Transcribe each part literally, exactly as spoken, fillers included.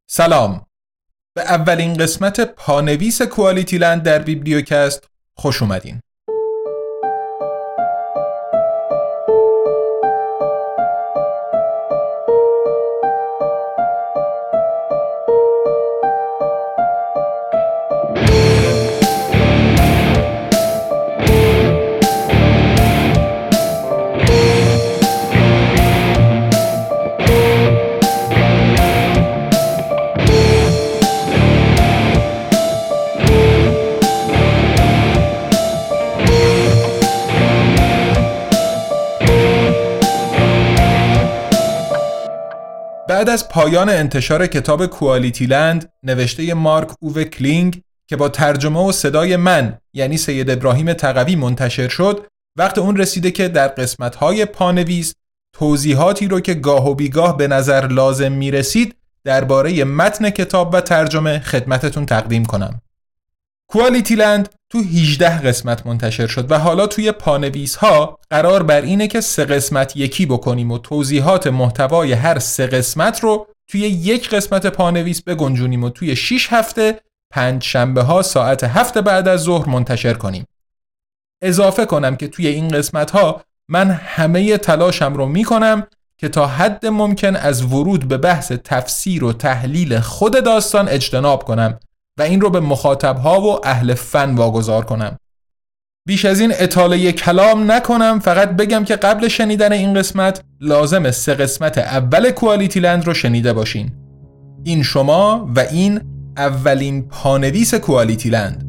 سلام، به اولین قسمت پانویس کوالیتی لند در بیبلیوکست خوش اومدین. بعد از پایان انتشار کتاب کوالیتی لند نوشته مارک اوو کلینگ که با ترجمه و صدای من یعنی سید ابراهیم تقوی منتشر شد، وقت اون رسیده که در قسمت‌های پانویس توضیحاتی رو که گاه و بیگاه به نظر لازم می‌رسید درباره متن کتاب و ترجمه خدمتتون تقدیم کنم. کوالیتی لند تو هجده قسمت منتشر شد و حالا توی پانویس ها قرار بر اینه که سه قسمت یکی بکنیم و توضیحات محتوای هر سه قسمت رو توی یک قسمت پانویس بگنجونیم و توی شش هفته پنج شنبه ها ساعت هفت بعد از ظهر منتشر کنیم. اضافه کنم که توی این قسمت ها من همه تلاشم رو میکنم که تا حد ممکن از ورود به بحث تفسیر و تحلیل خود داستان اجتناب کنم و این رو به مخاطبها و اهل فن واگذار کنم. بیش از این اطاله کلام نکنم، فقط بگم که قبل شنیدن این قسمت لازم سه قسمت اول کوالیتی لند رو شنیده باشین. این شما و این اولین پانویس کوالیتی لند.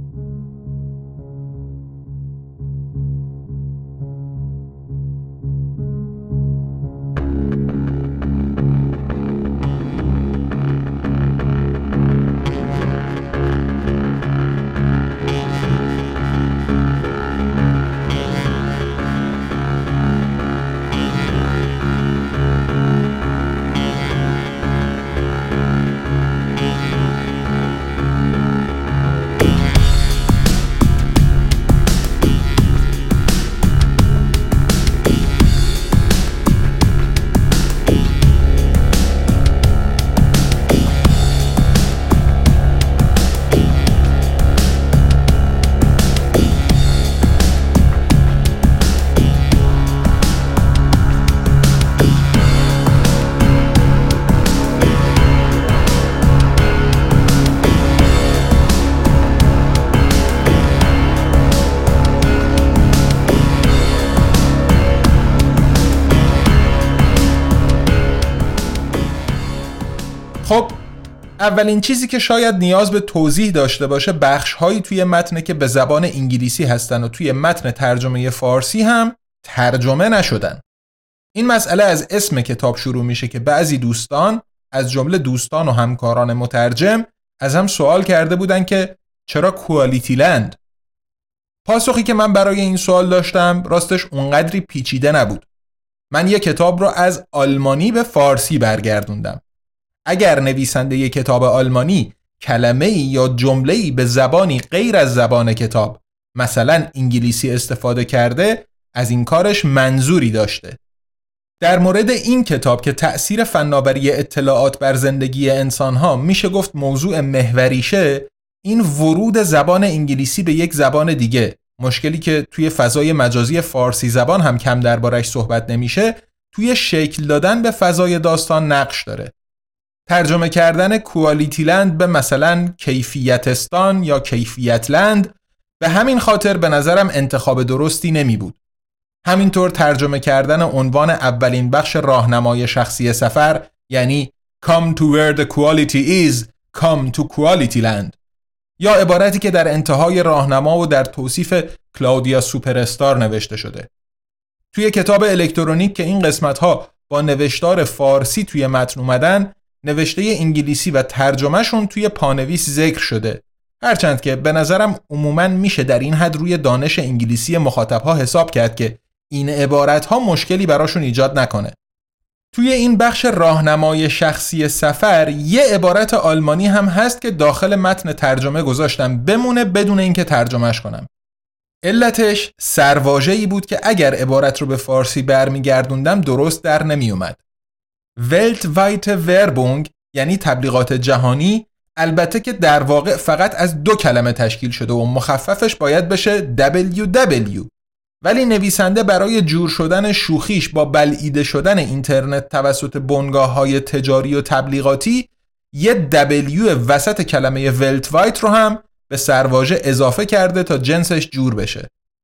خب اولین چیزی که شاید نیاز به توضیح داشته باشه بخش‌هایی توی متن که به زبان انگلیسی هستن و توی متن ترجمه فارسی هم ترجمه نشدن. این مسئله از اسم کتاب شروع میشه که بعضی دوستان از جمله دوستان و همکاران مترجم از هم سوال کرده بودن که چرا کوالیتی لند؟ پاسخی که من برای این سوال داشتم راستش اونقدری پیچیده نبود. من یک کتاب رو از آلمانی به فارسی برگردوندم. اگر نویسنده یک کتاب آلمانی کلمه‌ای یا جمله‌ای به زبانی غیر از زبان کتاب، مثلا انگلیسی استفاده کرده، از این کارش منظوری داشته. در مورد این کتاب که تأثیر فناوری اطلاعات بر زندگی انسان‌ها میشه گفت موضوع محوریشه، این ورود زبان انگلیسی به یک زبان دیگه، مشکلی که توی فضای مجازی فارسی زبان هم کم دربارش صحبت نمیشه، توی شکل دادن به فضای داستان نقش داره. ترجمه کردن کوالیتی لند به مثلا کیفیتستان یا کیفیت لند به همین خاطر به نظرم انتخاب درستی نمی بود. همینطور ترجمه کردن عنوان اولین بخش راهنمای شخصی سفر یعنی Come to where the quality is, come to quality land، یا عبارتی که در انتهای راهنما و در توصیف کلاودیا سوپراستار نوشته شده. توی کتاب الکترونیک که این قسمت‌ها با نوشتار فارسی توی متن اومدن، نوشته انگلیسی و ترجمهشون توی پانویس ذکر شده، هرچند که به نظرم عموماً میشه در این حد روی دانش انگلیسی مخاطبها حساب کرد که این عبارتها مشکلی براشون ایجاد نکنه. توی این بخش راهنمای شخصی سفر یه عبارت آلمانی هم هست که داخل متن ترجمه گذاشتم بمونه بدون اینکه ترجمهش کنم. علتش سرواژه‌ای بود که اگر عبارت رو به فارسی برمیگردوندم درست در نمی اومد. Weltweite Werbung یعنی تبلیغات جهانی، البته که در واقع فقط از دو کلمه تشکیل شده و مخففش باید بشه دبلیو دبلیو، ولی نویسنده برای جور شدن شوخیش با بلعیده شدن اینترنت توسط بنگاه‌های تجاری و تبلیغاتی یه دبلیو وسط کلمه ولتوایت رو هم به سرواژه اضافه کرده تا جنسش جور بشه.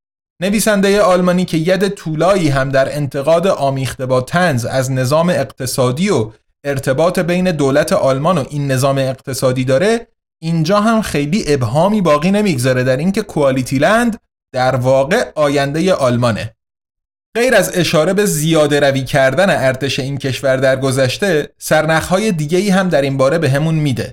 نویسنده آلمانی که ید طولایی هم در انتقاد آمیخته با طنز از نظام اقتصادی و ارتباط بین دولت آلمان و این نظام اقتصادی داره، اینجا هم خیلی ابهامی باقی نمیگذاره در اینکه کوالیتی لند در واقع آینده آلمانه. غیر از اشاره به زیاده روی کردن ارتش این کشور در گذشته، سرنخهای دیگه‌ای هم در این باره به همون میده.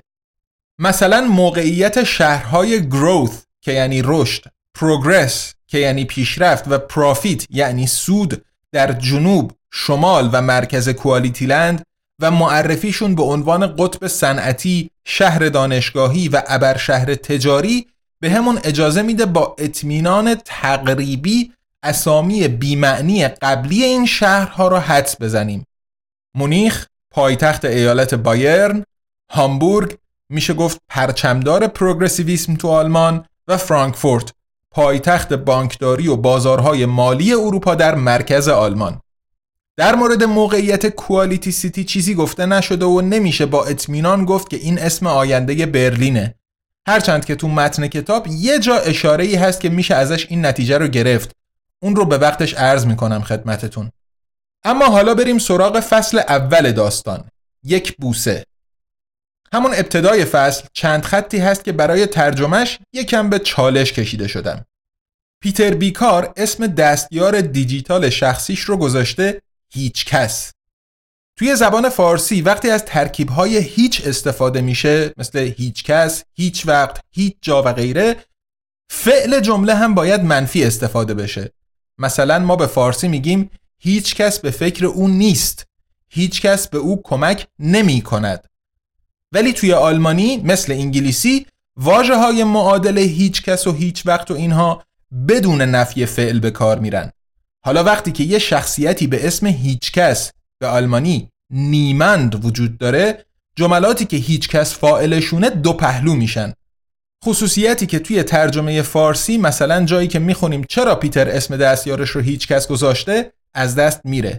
مثلا موقعیت شهرهای growth که یعنی رشد، progress که یعنی پیشرفت و profit یعنی سود در جنوب، شمال و مرکز کوالیتی لند و معرفیشون به عنوان قطب صنعتی، شهر دانشگاهی و ابر شهر تجاری به همون اجازه میده با اطمینان تقریبی اسامی بی‌معنی قبلی این شهرها رو حدس بزنیم. مونیخ پایتخت ایالت بایرن، هامبورگ میشه گفت پرچمدار پروگرسیویسم تو آلمان و فرانکفورت پایتخت بانکداری و بازارهای مالی اروپا در مرکز آلمان. در مورد موقعیت کوالیتی سیتی چیزی گفته نشده و نمیشه با اطمینان گفت که این اسم آینده برلینه، هرچند که تو متن کتاب یه جا اشاره‌ای هست که میشه ازش این نتیجه رو گرفت. اون رو به وقتش عرض میکنم خدمتتون. اما حالا بریم سراغ فصل اول داستان، یک بوسه. همون ابتدای فصل چند خطی هست که برای ترجمهش یکم به چالش کشیده شدم. پیتر بیکار اسم دستیار دیجیتال شخصیش رو گذاشته هیچ کس. توی زبان فارسی وقتی از ترکیب‌های هیچ استفاده میشه، مثل هیچ کس، هیچ وقت، هیچ جا و غیره، فعل جمله هم باید منفی استفاده بشه. مثلا ما به فارسی میگیم هیچ کس به فکر او نیست، هیچ کس به او کمک نمی کند. ولی توی آلمانی مثل انگلیسی واژه‌های معادل هیچ کس و هیچ وقت و اینها بدون نفی فعل به کار میرن. حالا وقتی که یه شخصیتی به اسم هیچ کس به آلمانی نیمند وجود داره، جملاتی که هیچ کس فاعلشونه دو پهلو میشن. خصوصیتی که توی ترجمه فارسی مثلا جایی که میخونیم چرا پیتر اسم دستیارش رو هیچ کس گذاشته از دست میره.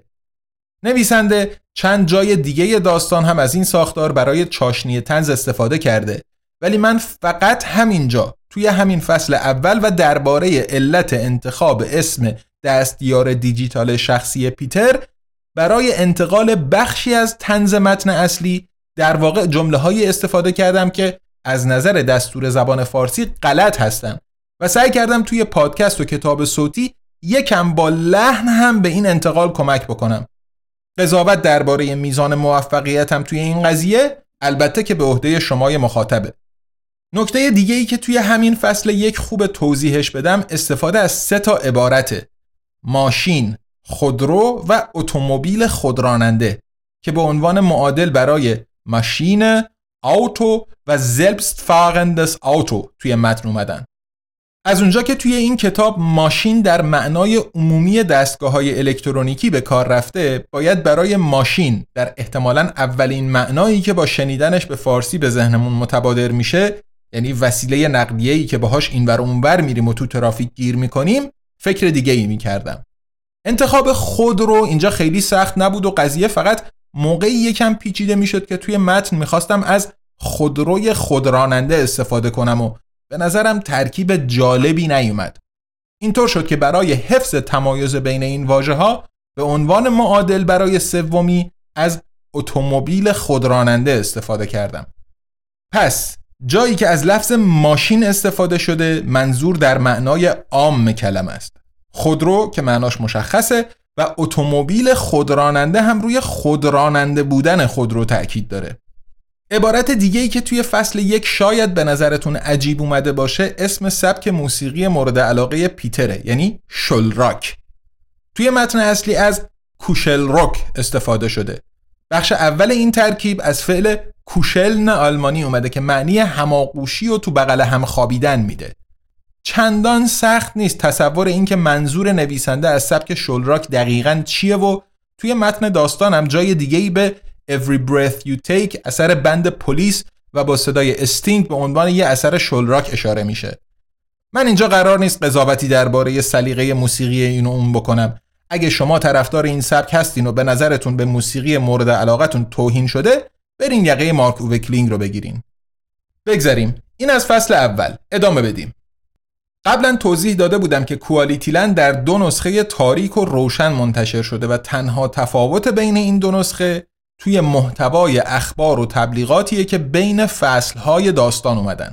نویسنده چند جای دیگه داستان هم از این ساختار برای چاشنی طنز استفاده کرده، ولی من فقط همینجا توی همین فصل اول و درباره علت انتخاب اسم دستیار دیجیتال شخصی پیتر برای انتقال بخشی از طنز متن اصلی در واقع جمله‌هایی استفاده کردم که از نظر دستور زبان فارسی غلط هستن و سعی کردم توی پادکست و کتاب صوتی یکم با لحن هم به این انتقال کمک بکنم. قضاوت درباره میزان موفقیتم توی این قضیه البته که به عهده شمای مخاطبه. نکته دیگه‌ای که توی همین فصل یک خوب توضیحش بدم استفاده از سه تا عبارته: ماشین، خودرو و اتومبیل خودراننده که به عنوان معادل برای ماشین، آوتو و selbstfahrendes آوتو توی متن اومدن. از اونجا که توی این کتاب ماشین در معنای عمومی دستگاه‌های الکترونیکی به کار رفته، باید برای ماشین در احتمالاً اولین معنایی که با شنیدنش به فارسی به ذهنمون متبادر میشه، یعنی وسیله نقلیه‌ای که باهاش اینور اونور میریم و تو ترافیک گیر میکنیم، فکر دیگه‌ای میکردم. انتخاب خودرو اینجا خیلی سخت نبود و قضیه فقط موقعی یکم پیچیده میشد که توی متن میخواستم از خودروی خودراننده استفاده کنم و به نظرم ترکیب جالبی نیومد. اینطور شد که برای حفظ تمایز بین این واژه‌ها به عنوان معادل برای سومی از اتومبیل خودراننده استفاده کردم. پس جایی که از لفظ ماشین استفاده شده، منظور در معنای عام کلمه است. خودرو که معناش مشخصه و اتومبیل خودراننده هم روی خودراننده بودن خودرو تأکید داره. عبارت دیگه‌ای که توی فصل یک شاید به نظرتون عجیب اومده باشه اسم سبک موسیقی مورد علاقه پیتره، یعنی شلراک. توی متن اصلی از کوشل راک استفاده شده. بخش اول این ترکیب از فعل کوشلن آلمانی اومده که معنی هماغوشی و تو بغل هم خوابیدن میده. چندان سخت نیست تصور این که منظور نویسنده از سبک شلراک دقیقاً چیه و توی متن داستانم جای دیگه‌ای به Every Breath You Take اثر بند پلیس و با صدای استینگ به عنوان یه اثر شلراک اشاره میشه. من اینجا قرار نیست قضاوتی درباره سلیقه موسیقی اینو اون بکنم. اگه شما طرفدار این سبک هستین و به نظرتون به موسیقی مورد علاقتون توهین شده، برین یقه مارک اووه کلینگ رو بگیرین. بگذاریم. این از فصل اول. ادامه بدیم. قبلا توضیح داده بودم که کوالیتی لند در دو نسخه تاریک و روشن منتشر شده و تنها تفاوت بین این دو نسخه توی محتوای اخبار و تبلیغاتیه که بین فصلهای داستان اومدن.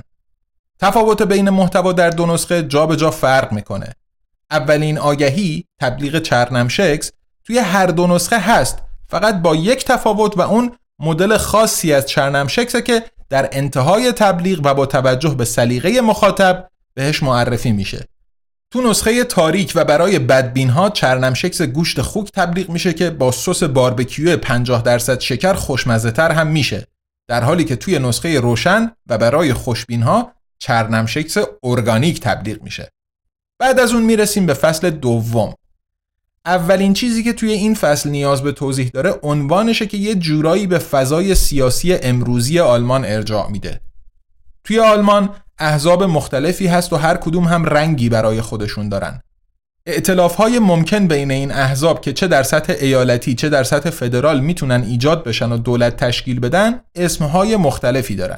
تفاوت بین محتوا در دو نسخه جا به جا فرق میکنه. اولین آگهی، تبلیغ چرنمشکس، توی هر دو نسخه هست، فقط با یک تفاوت و اون مدل خاصی از چرنمشکسه که در انتهای تبلیغ و با توجه به سلیقه مخاطب بهش معرفی میشه. تو نسخه تاریک و برای بدبین ها چرنمشکس گوشت خوک تبلیغ میشه که با سس باربیکیو پنجاه درصد شکر خوشمزه تر هم میشه، در حالی که توی نسخه روشن و برای خوشبین ها چرنمشکس ارگانیک تبلیغ میشه. بعد از اون میرسیم به فصل دوم. اولین چیزی که توی این فصل نیاز به توضیح داره عنوانشه که یه جورایی به فضای سیاسی امروزی آلمان ارجاع میده. توی آلمان احزاب مختلفی هست و هر کدوم هم رنگی برای خودشون دارن. ائتلاف‌های ممکن بین این احزاب که چه در سطح ایالتی چه در سطح فدرال میتونن ایجاد بشن و دولت تشکیل بدن اسمهای مختلفی دارن.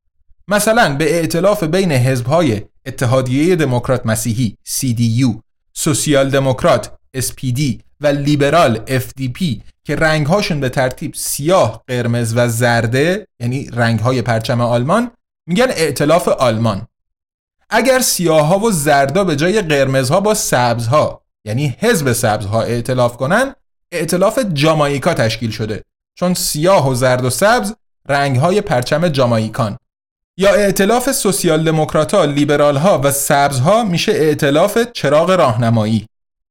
مثلا به ائتلاف بین حزب‌های اتحادیه دموکرات مسیحی سی دی یو، سوسیال دموکرات اس پی دی و لیبرال اف دی پی که رنگ‌هاشون به ترتیب سیاه، قرمز و زرده، یعنی رنگ‌های پرچم آلمان، میگن ائتلاف آلمان. اگر سیاه‌ها و زردا به جای قرمزها با سبزها، یعنی حزب سبزها ائتلاف کنن، ائتلاف جامائیکا تشکیل شده، چون سیاه و زرد و سبز رنگ‌های پرچم جامائیکان. یا ائتلاف سوسیال دموکرات‌ها، لیبرال‌ها و سبزها میشه ائتلاف چراغ راهنمایی.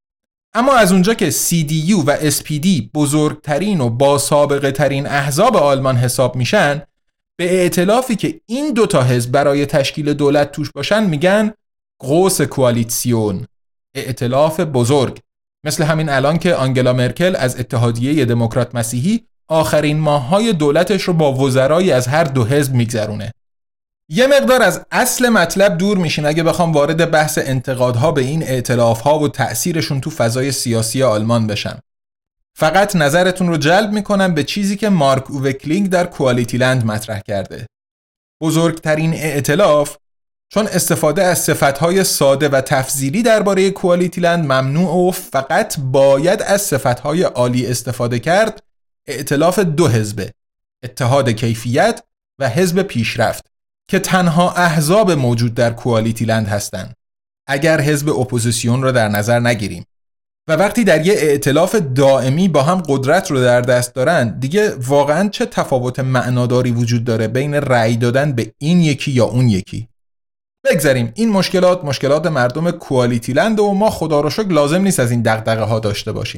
اما از اونجا که سی دی یو و اس پی دی بزرگترین و با سابقه ترین احزاب آلمان حساب میشن، به ائتلافی که این دوتا حزب برای تشکیل دولت توش باشن میگن قوس کوالیسیون، ائتلاف بزرگ. مثل همین الان که آنگلا مرکل از اتحادیه دموکرات مسیحی آخرین ماه‌های دولتش رو با وزرایی از هر دو حزب میگذرونه. یه مقدار از اصل مطلب دور میشیم اگه بخوام وارد بحث انتقادها به این ائتلاف‌ها و تأثیرشون تو فضای سیاسی آلمان بشم. فقط نظرتون رو جلب میکنم به چیزی که مارک اووه کلینگ در کوالیتی لند مطرح کرده. بزرگترین ائتلاف، چون استفاده از صفتهای ساده و تفضیلی درباره کوالیتی لند ممنوع و فقط باید از صفتهای عالی استفاده کرد، ائتلاف دو حزبه، اتحاد کیفیت و حزب پیشرفت، که تنها احزاب موجود در کوالیتی لند هستند اگر حزب اپوزیسیون رو در نظر نگیریم. و وقتی در یه ائتلاف دائمی با هم قدرت رو در دست دارن، دیگه واقعاً چه تفاوت معناداری وجود داره بین رأی دادن به این یکی یا اون یکی؟ بگذاریم این مشکلات مشکلات مردم کوالیتی لند و ما خدا رو شکر لازم نیست از این دغدغه ها داشته باشیم.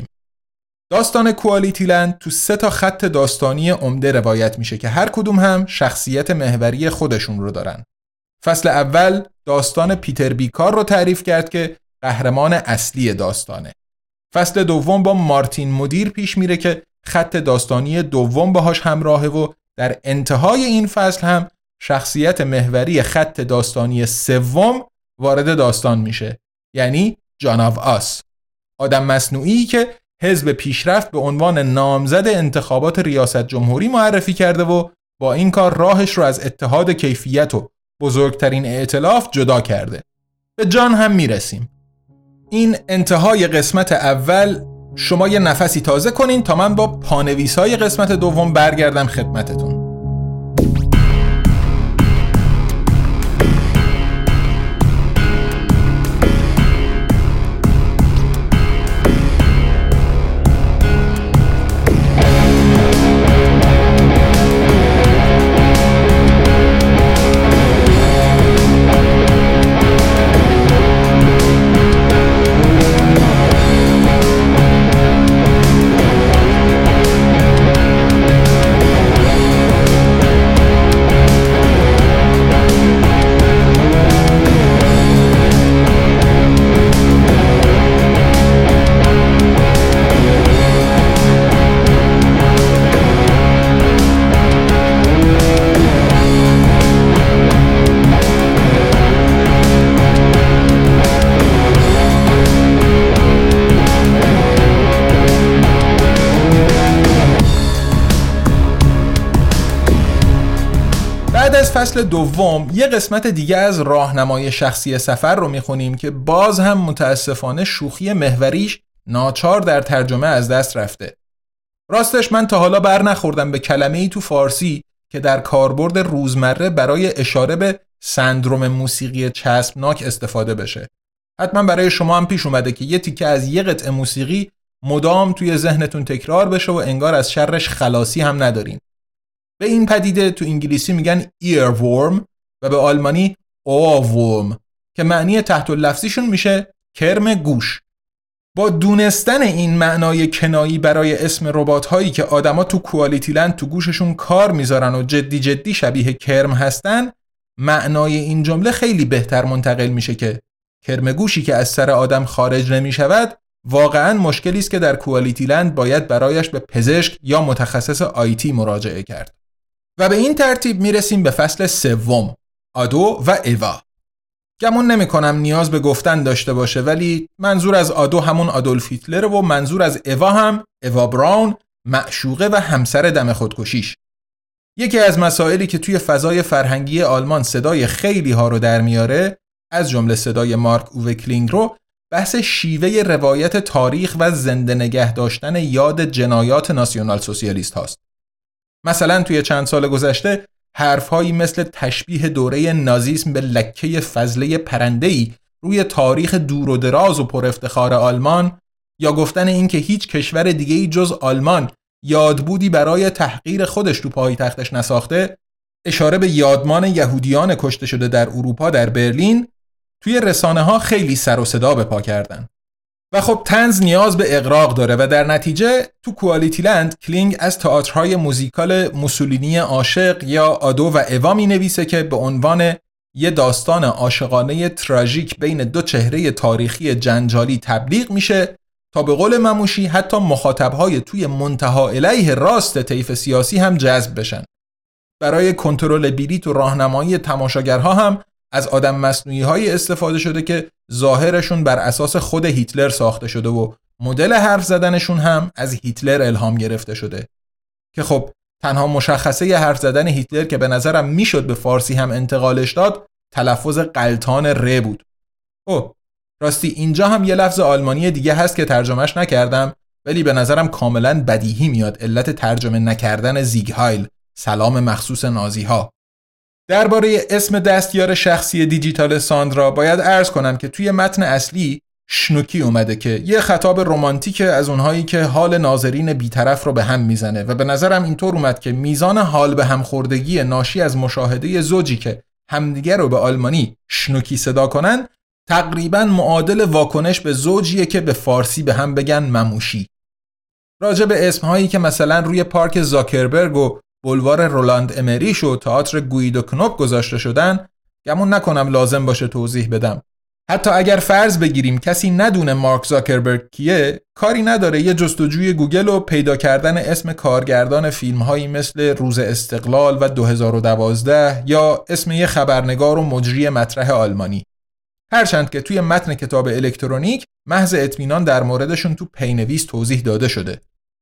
داستان کوالیتی لند تو سه تا خط داستانی عمده روایت میشه که هر کدوم هم شخصیت محوری خودشون رو دارن. فصل اول داستان پیتر بیکار رو تعریف کرد که قهرمان اصلی داستانه. فصل دوم با مارتین مدیر پیش میره که خط داستانی دوم باهاش همراهه و در انتهای این فصل هم شخصیت محوری خط داستانی سوم وارد داستان میشه، یعنی جان آف آس، آدم مصنوعی که حزب پیشرفت به عنوان نامزد انتخابات ریاست جمهوری معرفی کرده و با این کار راهش رو از اتحاد کیفیت و بزرگترین ائتلاف جدا کرده. به جان هم میرسیم. این انتهای قسمت اول. شما یه نفسی تازه کنین تا من با پانویس‌های قسمت دوم برگردم خدمتتون. بعد از فصل دوم یه قسمت دیگه از راهنمای شخصی سفر رو میخونیم که باز هم متاسفانه شوخی محوریش ناچار در ترجمه از دست رفته. راستش من تا حالا بر نخوردم به کلمه‌ای تو فارسی که در کاربرد روزمره برای اشاره به سندروم موسیقی چسبناک استفاده بشه. حتما برای شما هم پیش اومده که یه تیکه از یه قطعه موسیقی مدام توی ذهنتون تکرار بشه و انگار از شرش خلاصی هم ندارین. به این پدیده تو انگلیسی میگن earworm و به آلمانی ohrwurm که معنی تحت اللفظیشون میشه کرم گوش. با دونستن این معنای کنایی برای اسم ربات هایی که آدما تو کوالیتی لند تو گوششون کار میذارن و جدی جدی شبیه کرم هستن، معنای این جمله خیلی بهتر منتقل میشه که کرم گوشی که از سر آدم خارج نمیشود واقعاً مشکلی است که در کوالیتی لند باید برایش به پزشک یا متخصص آیتی مراجعه کرد. و به این ترتیب میرسیم به فصل سوم، آدو و اوا. گمون نمی کنم نیاز به گفتن داشته باشه، ولی منظور از آدو همون آدولف هیتلر و منظور از اوا هم اوا براون، معشوقه و همسر دم خودکشیش. یکی از مسائلی که توی فضای فرهنگی آلمان صدای خیلی ها رو در میاره، از جمله صدای مارک اووه کلینگ رو، بحث شیوه روایت تاریخ و زنده نگه داشتن یاد جنایات ناسیونال سوسیالیست هاست. مثلا توی چند سال گذشته حرفهایی مثل تشبیه دوره نازیسم به لکه فضله پرنده‌ای روی تاریخ دور و دراز و پر افتخار آلمان، یا گفتن این که هیچ کشور دیگه‌ای جز آلمان یادبودی برای تحقیر خودش تو پایتختش نساخته، اشاره به یادمان یهودیان کشته شده در اروپا در برلین، توی رسانه ها خیلی سر و صدا به پا کردن. و خب طنز نیاز به اغراق داره و در نتیجه تو کوالیتی لند کلینگ از تئاترهای موزیکال موسولینی عاشق یا آدو و اوا می نویسه که به عنوان یه داستان عاشقانه تراژیک بین دو چهره تاریخی جنجالی تبلیغ میشه تا به قول مموشی حتی مخاطبهای توی منتها الیه راست طیف سیاسی هم جذب بشن. برای کنترل بلیط و راهنمایی تماشاگرها هم از آدم مصنوعی های استفاده شده که ظاهرشون بر اساس خود هیتلر ساخته شده و مدل حرف زدنشون هم از هیتلر الهام گرفته شده که خب تنها مشخصه ی حرف زدن هیتلر که به نظرم میشد به فارسی هم انتقالش داد تلفظ غلطان ر بود. اوه راستی اینجا هم یه لفظ آلمانی دیگه هست که ترجمهش نکردم، ولی به نظرم کاملا بدیهی میاد علت ترجمه نکردن زیگهایل، سلام مخصوص نازی ها. درباره اسم دستیار شخصی دیجیتال ساندرا باید عرض کنم که توی متن اصلی شنوکی اومده که یه خطاب رمانتیک از اونهایی که حال ناظرین بیطرف رو به هم میزنه و به نظرم اینطور اومد که میزان حال به هم خوردگی ناشی از مشاهده زوجی که همدیگر رو به آلمانی شنوکی صدا کنن تقریباً معادل واکنش به زوجیه که به فارسی به هم بگن مموشی. راجع به اسمهایی که مثلا روی پارک زاکربرگ و بولوار رولاند امریش و تئاتر گویدو کنوپ گذاشته شدن گمون نکنم لازم باشه توضیح بدم. حتی اگر فرض بگیریم کسی ندونه مارک زاکربرگ کیه، کاری نداره یه جستجوی گوگل و پیدا کردن اسم کارگردان فیلم‌هایی مثل روز استقلال و دو هزار و دوازده یا اسم یه خبرنگار و مجری مطرح آلمانی. هرچند که توی متن کتاب الکترونیک محض اطمینان در موردشون تو پینویس توضیح داده شده.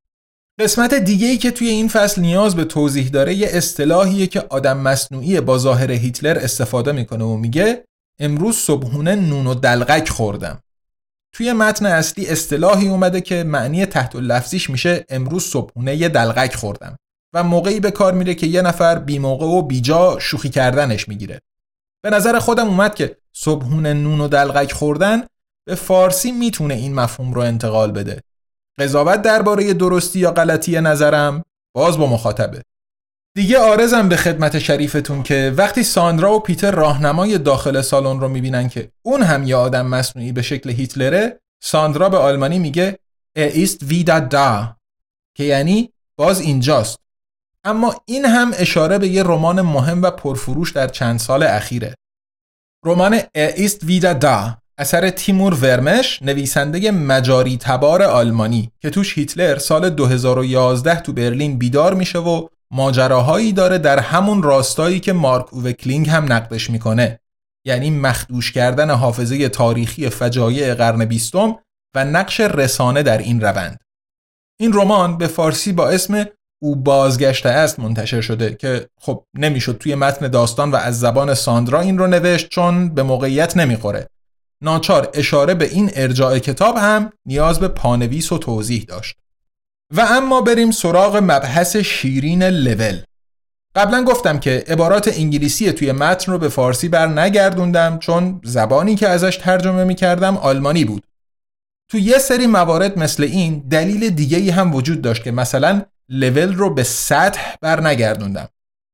قسمت دیگه‌ای که توی این فصل نیاز به توضیح داره یه اصطلاحیه که آدم مصنوعی با ظاهر هیتلر استفاده میکنه و میگه امروز صبحونه نون و دلقک خوردم. توی متن اصلی اصطلاحی اومده که معنی تحت اللفظیش میشه امروز صبحونه یه دلقک خوردم و موقعی به کار میره که یه نفر بی موقع و بیجا شوخی کردنش میگیره. به نظر خودم اومد که صبحونه نون و دلقک خوردن به فارسی میتونه این مفهوم رو انتقال بده. قضاوت درباره درستی یا غلطی نظرم باز با مخاطبه. دیگه عارضم به خدمت شریفتون که وقتی ساندرا و پیتر راهنمای داخل سالن رو میبینن که اون هم یه آدم مصنوعی به شکل هیتلره، ساندرا به آلمانی میگه ایست ویدا دا که یعنی باز اینجاست. اما این هم اشاره به یه رمان مهم و پرفروش در چند سال اخیره. رمان ایست ویدا دا اثر تیمور ورمش، نویسنده مجاری تبار آلمانی که توش هیتلر سال دو هزار و یازده تو برلین بیدار میشه و ماجراهایی داره در همون راستایی که مارک اووه کلینگ هم نقدش میکنه، یعنی مخدوش کردن حافظه تاریخی فجایع قرن بیستم و نقش رسانه در این روند. این رمان به فارسی با اسم او بازگشته است منتشر شده که خب نمیشد توی متن داستان و از زبان ساندرا این رو نوشت چون به موقعیت نمیخوره. ناچار اشاره به این ارجاع کتاب هم نیاز به پانویس و توضیح داشت. و اما بریم سراغ مبحث شیرین لول. قبلا گفتم که عبارات انگلیسی توی متن رو به فارسی بر نگردوندم چون زبانی که ازش ترجمه میکردم آلمانی بود. تو یه سری موارد مثل این دلیل دیگه‌ای هم وجود داشت که مثلا لول رو به سطح بر نگردوندم.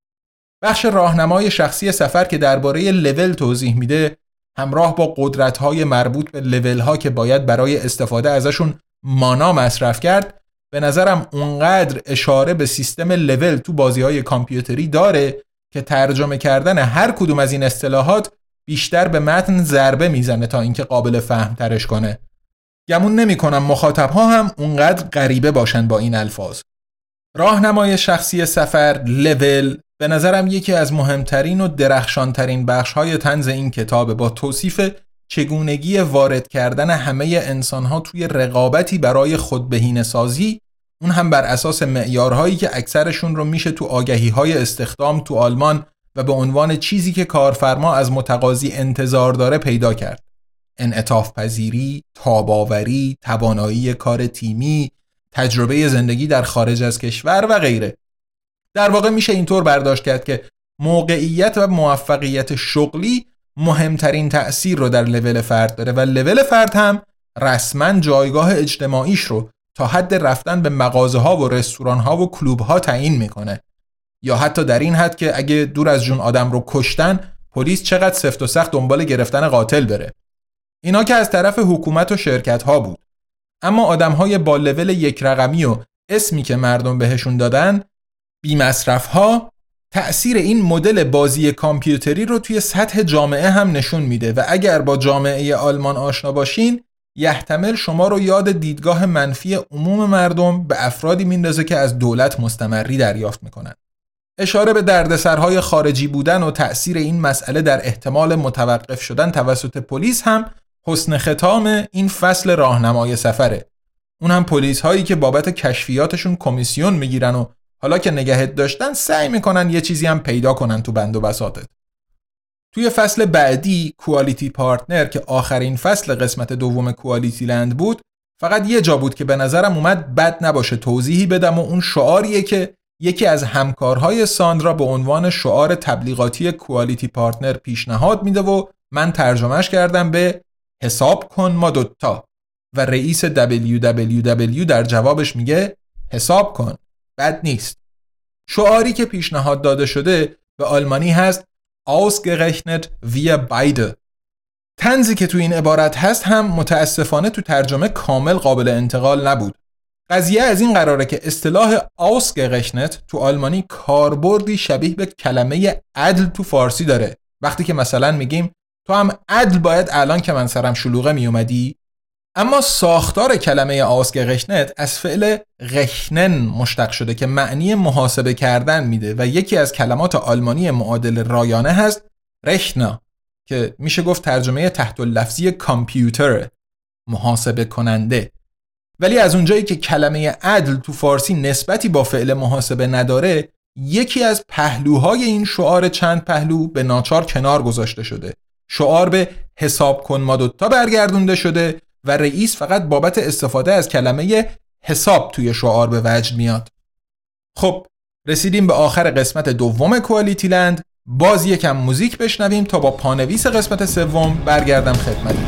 بخش راهنمای شخصی سفر که درباره لول توضیح میده همراه با قدرت‌های مربوط به لول‌ها که باید برای استفاده ازشون مانا مصرف کرد، به نظرم اونقدر اشاره به سیستم لول تو بازی‌های کامپیوتری داره که ترجمه کردن هر کدوم از این اصطلاحات بیشتر به متن ضربه میزنه تا اینکه قابل فهم ترش کنه. گمون نمی‌کنم مخاطب‌ها هم اونقدر غریبه باشن با این الفاظ. راهنمای شخصی سفر لول به نظرم یکی از مهمترین و درخشانترین بخش‌های طنز این کتاب با توصیف چگونگی وارد کردن همه انسان‌ها توی رقابتی برای خودبهینه‌سازی، اون هم بر اساس معیارهایی که اکثرشون رو میشه تو آگهی‌های استخدام تو آلمان و به عنوان چیزی که کارفرما از متقاضی انتظار داره پیدا کرد. انعطاف پذیری، تاباوری، توانایی کار تیمی، تجربه زندگی در خارج از کشور و غیره. در واقع میشه اینطور برداشت کرد که موقعیت و موفقیت شغلی مهمترین تأثیر رو در لول فرد داره و لول فرد هم رسما جایگاه اجتماعیش رو تا حد رفتن به مغازه ها و رستوران ها و کلوب ها تعیین میکنه، یا حتی در این حد که اگه دور از جون آدم رو کشتن پلیس چقدر سفت و سخت دنبال گرفتن قاتل بره. اینا که از طرف حکومت و شرکت ها بود. اما آدم های با لول یک رقمی و اسمی که مردم بهشون دادن، بی مصرف ها، تأثیر این مدل بازی کامپیوتری رو توی سطح جامعه هم نشون میده و اگر با جامعه آلمان آشنا باشین یحتمل شما رو یاد دیدگاه منفی عموم مردم به افرادی میندازه که از دولت مستمری دریافت میکنن. اشاره به دردسرهای خارجی بودن و تأثیر این مسئله در احتمال متوقف شدن توسط پلیس هم حسن ختام این فصل راهنمای سفره. اون هم پلیس هایی که بابت کشفیاتشون کمیسیون میگیرن و حالا که نگهت داشتن سعی میکنن یه چیزی هم پیدا کنن تو بند و بساطت. توی فصل بعدی کوالیتی پارتنر که آخرین فصل قسمت دوم کوالیتی لند بود، فقط یه جا بود که به نظرم اومد بد نباشه توضیحی بدم و اون شعاریه که یکی از همکارهای ساندرا به عنوان شعار تبلیغاتی کوالیتی پارتنر پیشنهاد میده و من ترجمهش کردم به حساب کن ما دوتا و رئیس دبلیو دبلیو دبلیو در جوابش میگه حساب کن، بد نیست. شعاری که پیشنهاد داده شده به آلمانی هست ausgerechnet wir beide. طنزی که تو این عبارت هست هم متاسفانه تو ترجمه کامل قابل انتقال نبود. قضیه از این قراره که اصطلاح ausgerechnet تو آلمانی کاربردی شبیه به کلمه عدل تو فارسی داره. وقتی که مثلا میگیم تو هم عدل باید الان که من سرم شلوغه میومدی، اما ساختار کلمه ausgerechnet از فعل rechnen مشتق شده که معنی محاسبه کردن میده و یکی از کلمات آلمانی معادل رایانه هست rechner که میشه گفت ترجمه تحت اللفظی کامپیوتر، محاسبه کننده. ولی از اونجایی که کلمه عدل تو فارسی نسبتی با فعل محاسبه نداره، یکی از پهلوهای این شعار چند پهلو به ناچار کنار گذاشته شده. شعار به حساب کن ما دوتا برگردونده شده و رئیس فقط بابت استفاده از کلمه حساب توی شعار به وجد میاد. خب رسیدیم به آخر قسمت دوم کوالیتی لند. باز یکم موزیک بشنویم تا با پانویس قسمت سوم برگردم خدمتتون.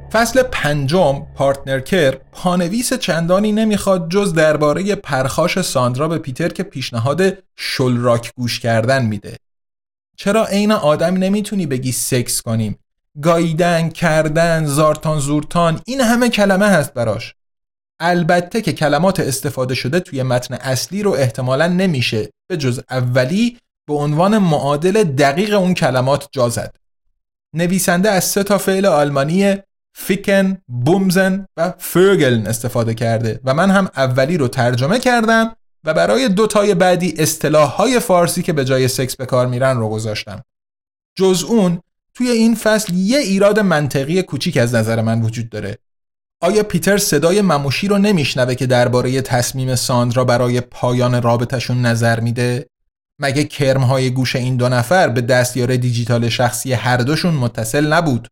فصل پنجم پارتنرکر پانویس چندانی نمیخواد جز درباره پرخاش ساندرا به پیتر که پیشنهاد شلراک گوش کردن میده. چرا عین آدم نمیتونی بگی سکس کنیم؟ گاییدن، کردن، زارتان زورتان، این همه کلمه هست براش. البته که کلمات استفاده شده توی متن اصلی رو احتمالاً نمیشه به جز اولی به عنوان معادل دقیق اون کلمات جا زد. نویسنده از سه تا فعل آلمانی فیکن، بومزن و فوگلن استفاده کرده و من هم اولی رو ترجمه کردم و برای دو تای بعدی اصطلاح‌های فارسی که به جای سکس به کار میرن رو گذاشتم. جز اون توی این فصل یه ایراد منطقی کوچیک از نظر من وجود داره. آیا پیتر صدای مموشی رو نمیشنوه که درباره تصمیم ساندرا برای پایان رابطشون نظر میده؟ مگه کرم‌های گوش این دو نفر به دستیار دیجیتال شخصی هر دوشون متصل نبود؟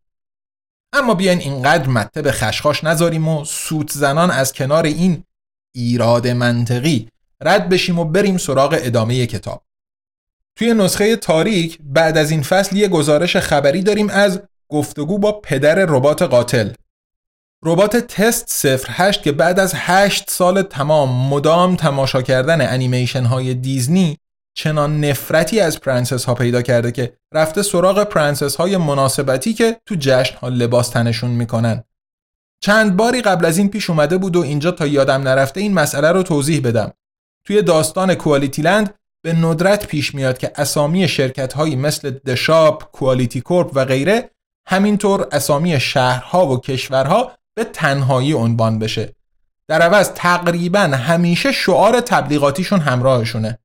اما بیاین اینقدر مته به خشخاش نذاریم و سوت زنان از کنار این ایراد منطقی رد بشیم و بریم سراغ ادامه کتاب. توی نسخه تاریک بعد از این فصل یه گزارش خبری داریم از گفتگو با پدر ربات قاتل. ربات تست صفر هشت که بعد از هشت سال تمام مدام تماشا کردن انیمیشن های دیزنی چنان نفرتی از پرنسس ها پیدا کرده که رفته سراغ پرنسس های مناسبتی که تو جشن ها لباس تنشون میکنن. چند باری قبل از این پیش اومده بود و اینجا تا یادم نرفته این مسئله رو توضیح بدم. توی داستان کوالیتی لند به ندرت پیش میاد که اسامی شرکت هایی مثل دشاپ، کوالیتی کورپ و غیره، همینطور اسامی شهرها و کشورها به تنهایی عنوان بشه. در عوض تقریبا همیشه شعار تبلیغاتیشون همراهشونه.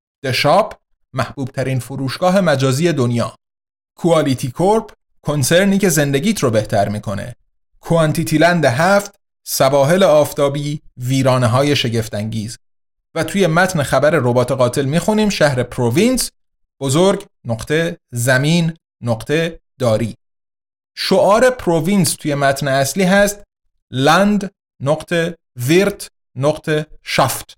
دشاپ محبوب ترین فروشگاه مجازی دنیا. کوالیتی کورپ کنسرنی که زندگیت رو بهتر میکنه. کوانتیتی لند هفت سواحل آفتابی ویرانه های شگفت‌انگیز. و توی متن خبر ربات قاتل میخونیم شهر پروینس بزرگ نقطه زمین نقطه داری. شعار پروینس توی متن اصلی هست لند نقطه ویرت نقطه شافت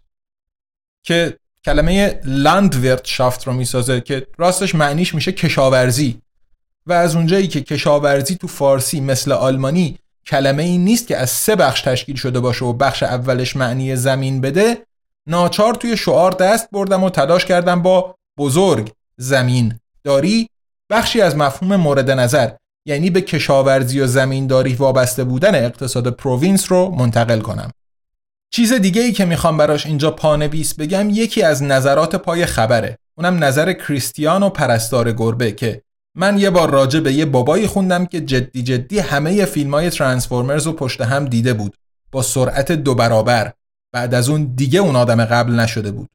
که کلمه لند ویرت شافت رو میسازه که راستش معنیش میشه کشاورزی. و از اونجایی که کشاورزی تو فارسی مثل آلمانی کلمه ای نیست که از سه بخش تشکیل شده باشه و بخش اولش معنی زمین بده، ناچار توی شعار دست بردم و تلاش کردم با بزرگ زمین داری بخشی از مفهوم مورد نظر، یعنی به کشاورزی و زمینداری وابسته بودن اقتصاد پروینس رو منتقل کنم. چیز دیگه ای که میخوام براش اینجا پانویس بگم یکی از نظرات پای خبره، اونم نظر کریستیان و پرستار گربه که من یه بار راجع به یه بابایی خوندم که جدی جدی همه فیلمای ترانسفورمرز رو پشت هم دیده بود با سرعت دو برابر. بعد از اون دیگه اون آدم قبل نشده بود.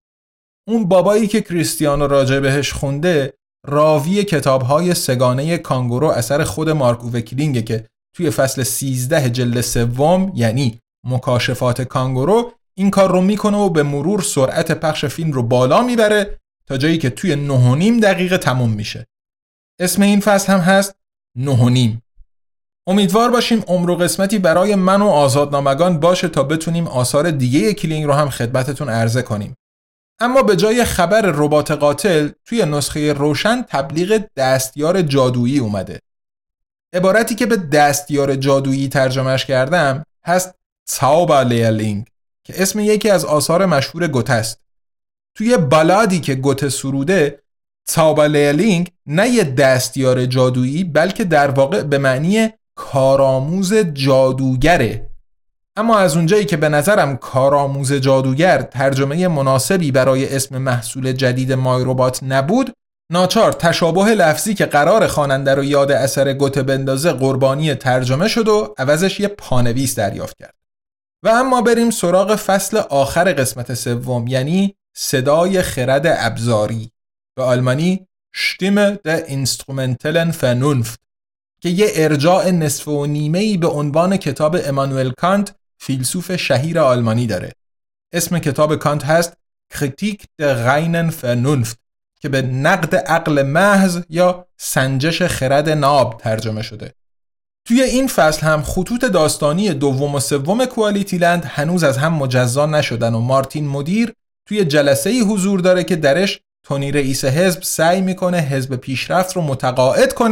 اون بابایی که کریستیانو راجع بهش خونده راوی کتاب‌های سگانه کانگورو اثر خود مارک اووه کیلینگه که توی فصل سیزده جلد سوم یعنی مکاشفات کانگورو این کار رو میکنه و به مرور سرعت پخش فیلم رو بالا میبره تا جایی که توی نه و نیم دقیقه تموم میشه. اسم این فصل هم هست نه و نیم. امیدوار باشیم عمر و قسمتی برای من و آزادنامگان باشه تا بتونیم آثار دیگه کیلینگ رو هم خدمتتون عرضه کنیم. اما به جای خبر ربات قاتل توی نسخه روشن تبلیغ دستیار جادویی اومده. عبارتی که به دستیار جادویی ترجمهش کردم هست زauberlehrling که اسم یکی از آثار مشهور گوته است. توی بالادی که گوته سروده زauberlehrling نه یه دستیار جادویی بلکه در واقع به معنی کارآموز جادوگره. اما از اونجایی که به نظرم کارآموز جادوگر ترجمه مناسبی برای اسم محصول جدید مای ربات نبود، ناچار تشابه لفظی که قرار خواننده رو یاد اثر گوته بندازه قربانی ترجمه شد و عوضش یه پانویس دریافت کرد. و اما بریم سراغ فصل آخر قسمت سوم یعنی صدای خرد ابزاری، به آلمانی Stimme der instrumentellen Vernunft که یه ارجاع نصف و نیمه‌ای به عنوان کتاب امانوئل کانت فیلسوف شهیر آلمانی داره. اسم کتاب کانت هست Kritik der reinen Vernunft که به نقد عقل محض یا سنجش خرد ناب ترجمه شده. توی این فصل هم خطوط داستانی دوم و سوم کوالیتی لند هنوز از هم مجزا نشدن و مارتین مدیر توی جلسه‌ای حضور داره که درش تونی رئیس حزب سعی میکنه حزب پیشرفت رو متقاعد کنه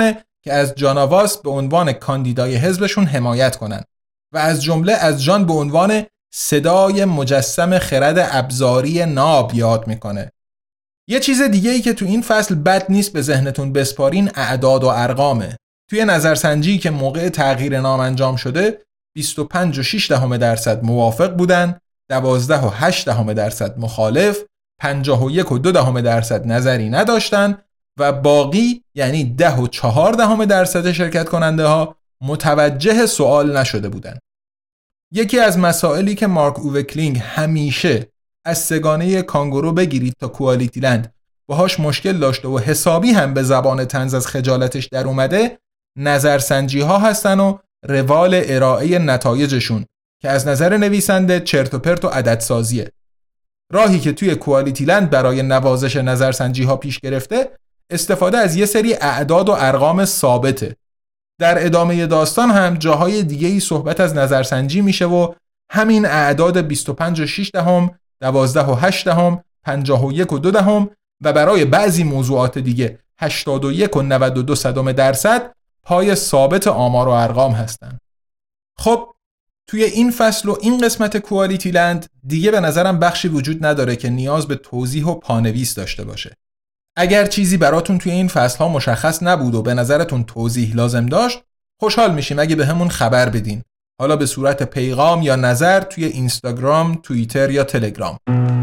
که از جان آواس به عنوان کاندیدای حزبشون حمایت کنن و از جمله از جان به عنوان صدای مجسم خرد ابزاری ناب یاد میکنه. یه چیز دیگه ای که تو این فصل بد نیست به ذهنتون بسپارین اعداد و ارقامه. توی نظرسنجی که موقع تغییر نام انجام شده بیست و پنج و شش دهم درصد موافق بودن، دوازده و هشت دهم درصد مخالف، پنجاه و یک و دو دهم درصد نظری نداشتن و باقی یعنی ده و چهار دهم درصد شرکت کننده ها متوجه سوال نشده بودن. یکی از مسائلی که مارک اووه کلینگ همیشه از سگانه کانگورو بگیرید تا کوالیتی لند باهاش مشکل داشته و حسابی هم به زبان طنز از خجالتش در اومده، نظرسنجی ها هستن و روال ارائه نتایجشون که از نظر نویسنده چرت و پرت و عدد سازیه. راهی که توی کوالیتی لند برای نوازش نظرسنجی ها پیش گرفته استفاده از یه سری اعداد و ارقام ثابته. در ادامه داستان هم جاهای دیگه‌ای صحبت از نظرسنجی میشه و همین اعداد بیست و پنج و شش دهم، دوازده و هشت دهم، پنجاه و یک و دو دهم و برای بعضی موضوعات دیگه هشتاد و یک و نود و دو صدم درصد پای ثابت آمار و ارقام هستن. خب توی این فصل و این قسمت کوالیتی لند دیگه به نظرم بخشی وجود نداره که نیاز به توضیح و پانویس داشته باشه. اگر چیزی براتون توی این فصل ها مشخص نبود و به نظرتون توضیح لازم داشت، خوشحال میشیم اگه به همون خبر بدین. حالا به صورت پیغام یا نظر توی اینستاگرام، توییتر یا تلگرام.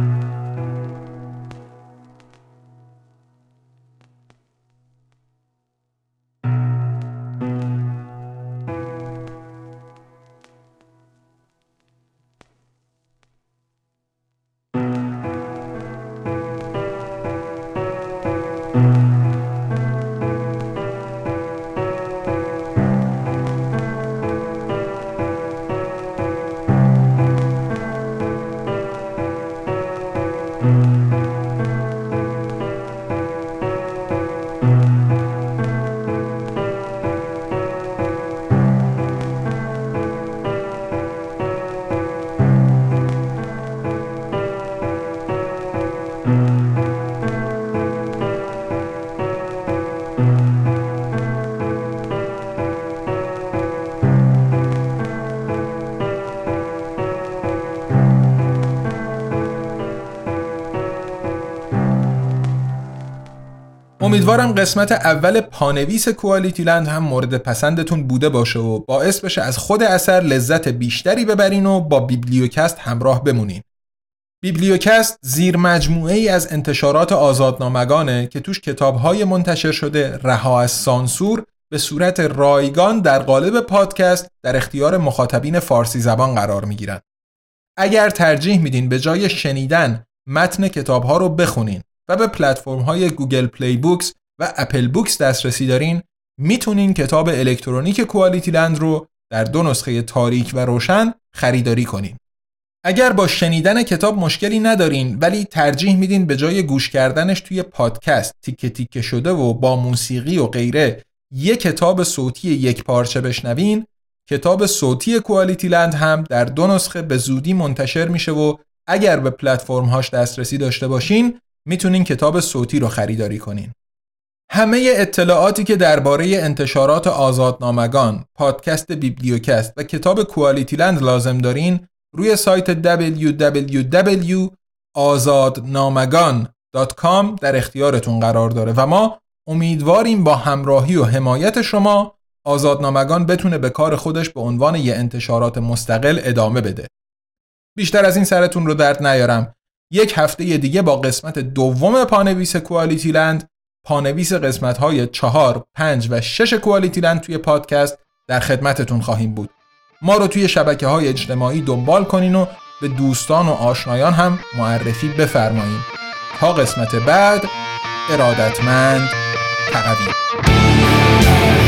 امیدوارم قسمت اول پانویس کوالیتی لند هم مورد پسندتون بوده باشه و باعث بشه از خود اثر لذت بیشتری ببرین و با بیبلیوکست همراه بمونین. بیبلیوکست زیر مجموعه ای از انتشارات آزادنامگانه که توش کتاب‌های منتشر شده رها از سانسور به صورت رایگان در قالب پادکست در اختیار مخاطبین فارسی زبان قرار میگیرن. اگر ترجیح میدین به جای شنیدن متن کتاب‌ها رو بخونین و به پلتفرم‌های گوگل پلی بوکس و اپل بوکس دسترسی دارین، میتونین کتاب الکترونیک کوالیتی لند رو در دو نسخه تاریک و روشن خریداری کنین. اگر با شنیدن کتاب مشکلی ندارین ولی ترجیح میدین به جای گوش کردنش توی پادکست تیکه تیکه شده و با موسیقی و غیره یک کتاب صوتی یک پارچه بشنوین، کتاب صوتی کوالیتی لند هم در دو نسخه به زودی منتشر میشه و اگر به پلتفرم‌هاش دسترسی داشته باشین میتونین کتاب صوتی رو خریداری کنین. همه اطلاعاتی که درباره انتشارات آزادنامگان، پادکست بیبلیوکست و کتاب کوالیتی لند لازم دارین روی سایت دبلیو دبلیو دبلیو دات آزادنامگان دات کام در اختیارتون قرار داره و ما امیدواریم با همراهی و حمایت شما آزادنامگان بتونه به کار خودش به عنوان یه انتشارات مستقل ادامه بده. بیشتر از این سرتون رو درد نیارم. یک هفته دیگه با قسمت دوم پانویس کوالیتی لند، پانویس قسمت‌های چهار، پنج و شش کوالیتی لند توی پادکست در خدمتتون خواهیم بود. ما رو توی شبکه‌های اجتماعی دنبال کنین و به دوستان و آشنایان هم معرفی بفرمایین. تا قسمت بعد، ارادتمند، تقوی.